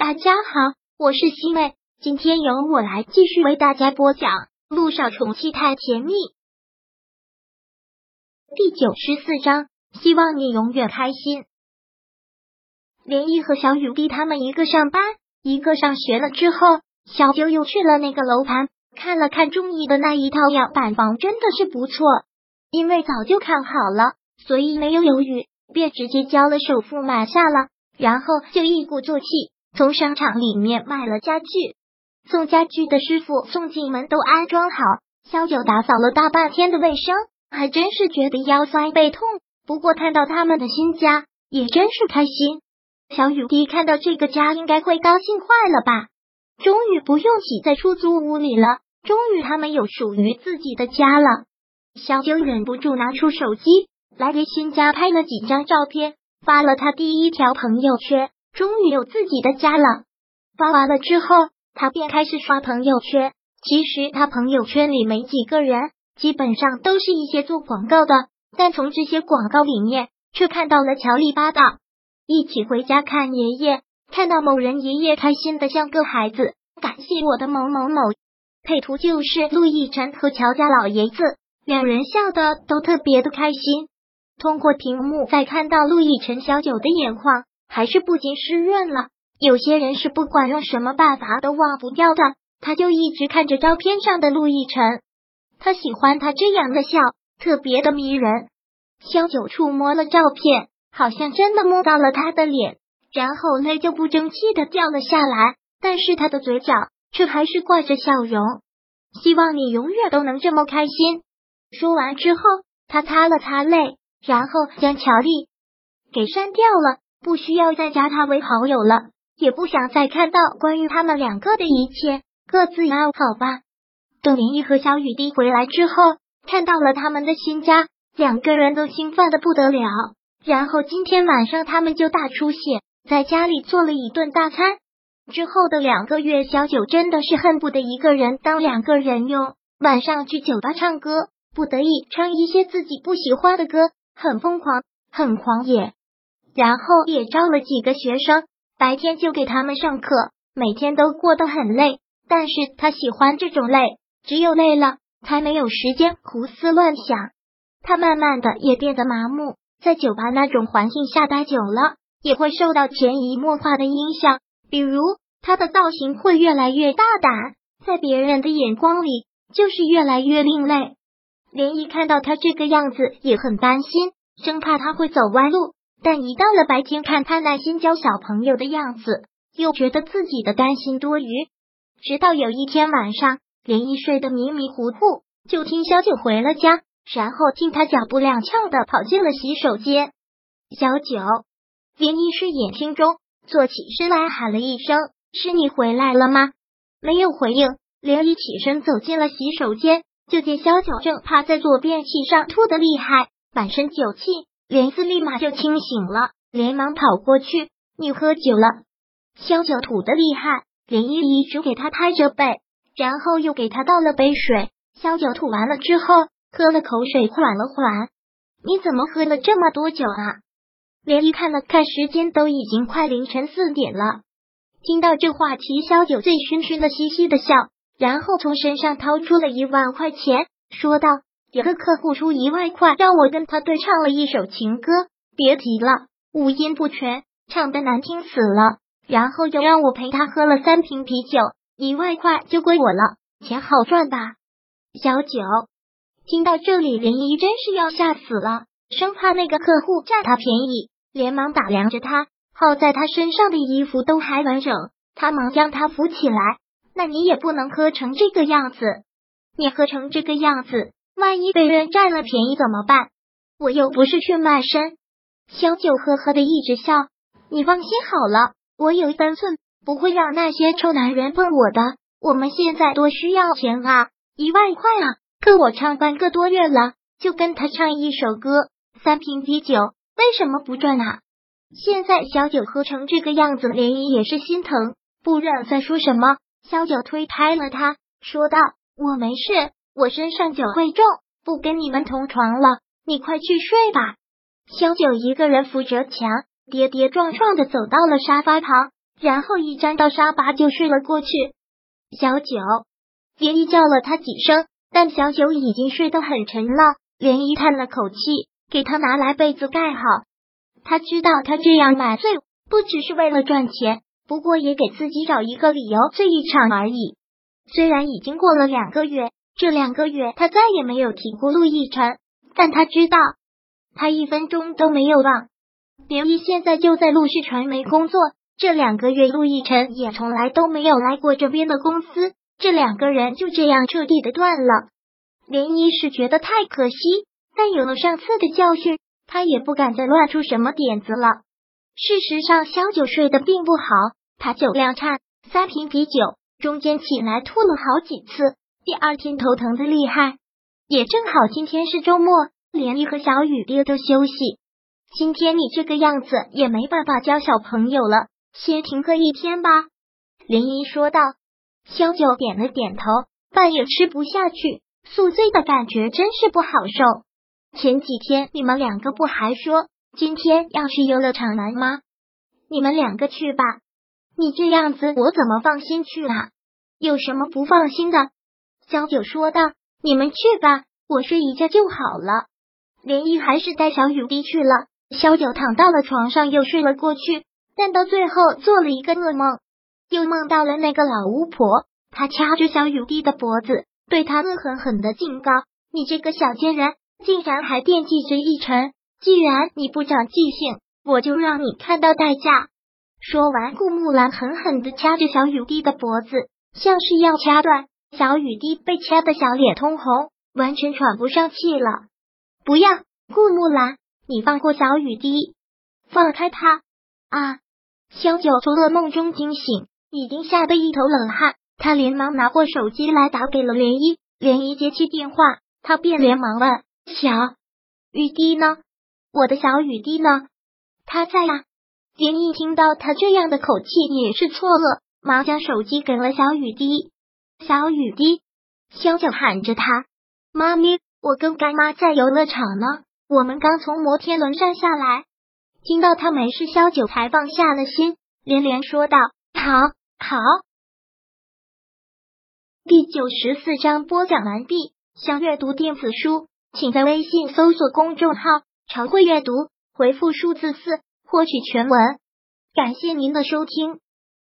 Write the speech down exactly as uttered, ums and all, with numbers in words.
大家好，我是西妹，今天由我来继续为大家播讲《路上宠妻太甜蜜》第九十四章，希望你永远开心。连依和小雨滴他们一个上班，一个上学了之后，小九又去了那个楼盘，看了看中意的那一套样板房，真的是不错。因为早就看好了，所以没有犹豫，便直接交了首付买下了，然后就一鼓作气从商场里面买了家具。送家具的师傅送进门都安装好，小九打扫了大半天的卫生，还真是觉得腰酸背痛。不过看到他们的新家，也真是开心。小雨滴看到这个家应该会高兴坏了吧，终于不用挤在出租屋里了，终于他们有属于自己的家了。小九忍不住拿出手机来给新家拍了几张照片，发了他第一条朋友圈，终于有自己的家了。发完了之后，他便开始刷朋友圈。其实他朋友圈里没几个人，基本上都是一些做广告的，但从这些广告里面却看到了乔丽八道。一起回家看爷爷，看到某人爷爷开心的像个孩子，感谢我的某某某。配图就是陆亦辰和乔家老爷子，两人笑的都特别的开心。通过屏幕再看到陆亦辰小九的眼眶还是不禁湿润了。有些人是不管用什么办法都忘不掉的，他就一直看着照片上的陆亦辰，他喜欢他这样的笑，特别的迷人。小九触摸了照片，好像真的摸到了他的脸，然后泪就不争气的掉了下来，但是他的嘴角却还是挂着笑容。希望你永远都能这么开心。说完之后，他擦了擦泪，然后将乔丽给删掉了，不需要再加他为好友了，也不想再看到关于他们两个的一切，各自安好吧。等林毅和小雨滴回来之后，看到了他们的新家，两个人都兴奋的不得了。然后今天晚上他们就大出血，在家里做了一顿大餐。之后的两个月，小九真的是恨不得一个人当两个人用，晚上去酒吧唱歌，不得已唱一些自己不喜欢的歌，很疯狂，很狂野。然后也招了几个学生，白天就给他们上课，每天都过得很累，但是他喜欢这种累，只有累了才没有时间胡思乱想。他慢慢的也变得麻木，在酒吧那种环境下待久了，也会受到潜移默化的影响，比如他的造型会越来越大胆，在别人的眼光里就是越来越另类。连一看到他这个样子也很担心，生怕他会走歪路，但一到了白天看他那新交小朋友的样子，又觉得自己的担心多余。直到有一天晚上，连一睡得迷迷糊糊，就听小九回了家，然后听他脚步踉跄的跑进了洗手间。小九，连一睡眼听中，坐起身来喊了一声，是你回来了吗？没有回应，连一起身走进了洗手间，就见小九正趴在坐便器上吐得厉害，满身酒气。连四立马就清醒了，连忙跑过去，你喝酒了。小九吐得厉害，连依一直给他拍着背，然后又给他倒了杯水。小九吐完了之后，喝了口水缓了缓。你怎么喝了这么多酒啊？连依看了看时间，都已经快凌晨四点了。听到这话题，小九醉醺醺的嘻嘻的笑，然后从身上掏出了一万块钱，说道，有个客户出一万块让我跟他对唱了一首情歌，别提了，五音不全，唱得难听死了，然后又让我陪他喝了三瓶啤酒，一万块就归我了，钱好赚吧。小九听到这里，连依真是要吓死了，生怕那个客户占他便宜，连忙打量着他，好在他身上的衣服都还完整，他忙将他扶起来，那你也不能喝成这个样子，你喝成这个样子，万一被人占了便宜怎么办？我又不是去卖身。小九呵呵的一直笑，你放心好了，我有分寸，不会让那些臭男人碰我的。我们现在多需要钱啊，一万块啊，可我唱半个多月了，就跟他唱一首歌，三瓶啤酒，为什么不赚啊？现在小九喝成这个样子，连依也是心疼，不忍再说什么。小九推开了他，说道，我没事，我身上酒会重，不跟你们同床了，你快去睡吧。小九一个人扶着墙，跌跌撞撞的走到了沙发旁， 然后一沾到沙发就睡了过去。小九，涟漪叫了他几声，但小九已经睡得很沉了。涟漪叹了口气，给他拿来被子盖好。他知道他这样买醉不只是为了赚钱，不过也给自己找一个理由醉一场而已。虽然已经过了两个月，这两个月他再也没有提过陆亦辰，但他知道他一分钟都没有忘。涟漪现在就在陆氏传媒工作，这两个月陆亦辰也从来都没有来过这边的公司，这两个人就这样彻底的断了。涟漪是觉得太可惜，但有了上次的教训，他也不敢再乱出什么点子了。事实上，小九睡得并不好，他酒量差，三瓶啤酒，中间起来吐了好几次，第二天头疼的厉害。也正好今天是周末，涟漪和小雨滴都休息。今天你这个样子也没办法教小朋友了，先停课一天吧。涟漪说道。小九点了点头，饭也吃不下去，宿醉的感觉真是不好受。前几天你们两个不还说今天要去游乐场玩吗？你们两个去吧。你这样子我怎么放心去啊？有什么不放心的？小九说道。你们去吧，我睡一觉就好了。涟漪还是带小雨滴去了。小九躺到了床上又睡了过去，但到最后做了一个噩梦，又梦到了那个老巫婆，她掐着小雨滴的脖子，对她恶狠狠的警告，你这个小贱人竟然还惦记着亦辰，既然你不长记性，我就让你看到代价。说完，顾木兰狠狠的掐着小雨滴的脖子，像是要掐断。小雨滴被掐得小脸通红，完全喘不上气了。不要，顾木兰，你放过小雨滴，放开他！啊！小九从噩梦中惊醒，已经吓得一头冷汗，他连忙拿过手机来打给了涟漪。涟漪接起电话，他便连忙问：小雨滴呢？我的小雨滴呢？他在啊。涟漪听到他这样的口气也是错愕，忙将手机给了小雨滴。小雨滴，小九喊着他，妈咪，我跟干妈在游乐场呢，我们刚从摩天轮上下来。听到他没事，小九才放下了心，连连说道：好，好。第九十四章播讲完毕。想阅读电子书，请在微信搜索公众号常会阅读，回复数字四获取全文。感谢您的收听。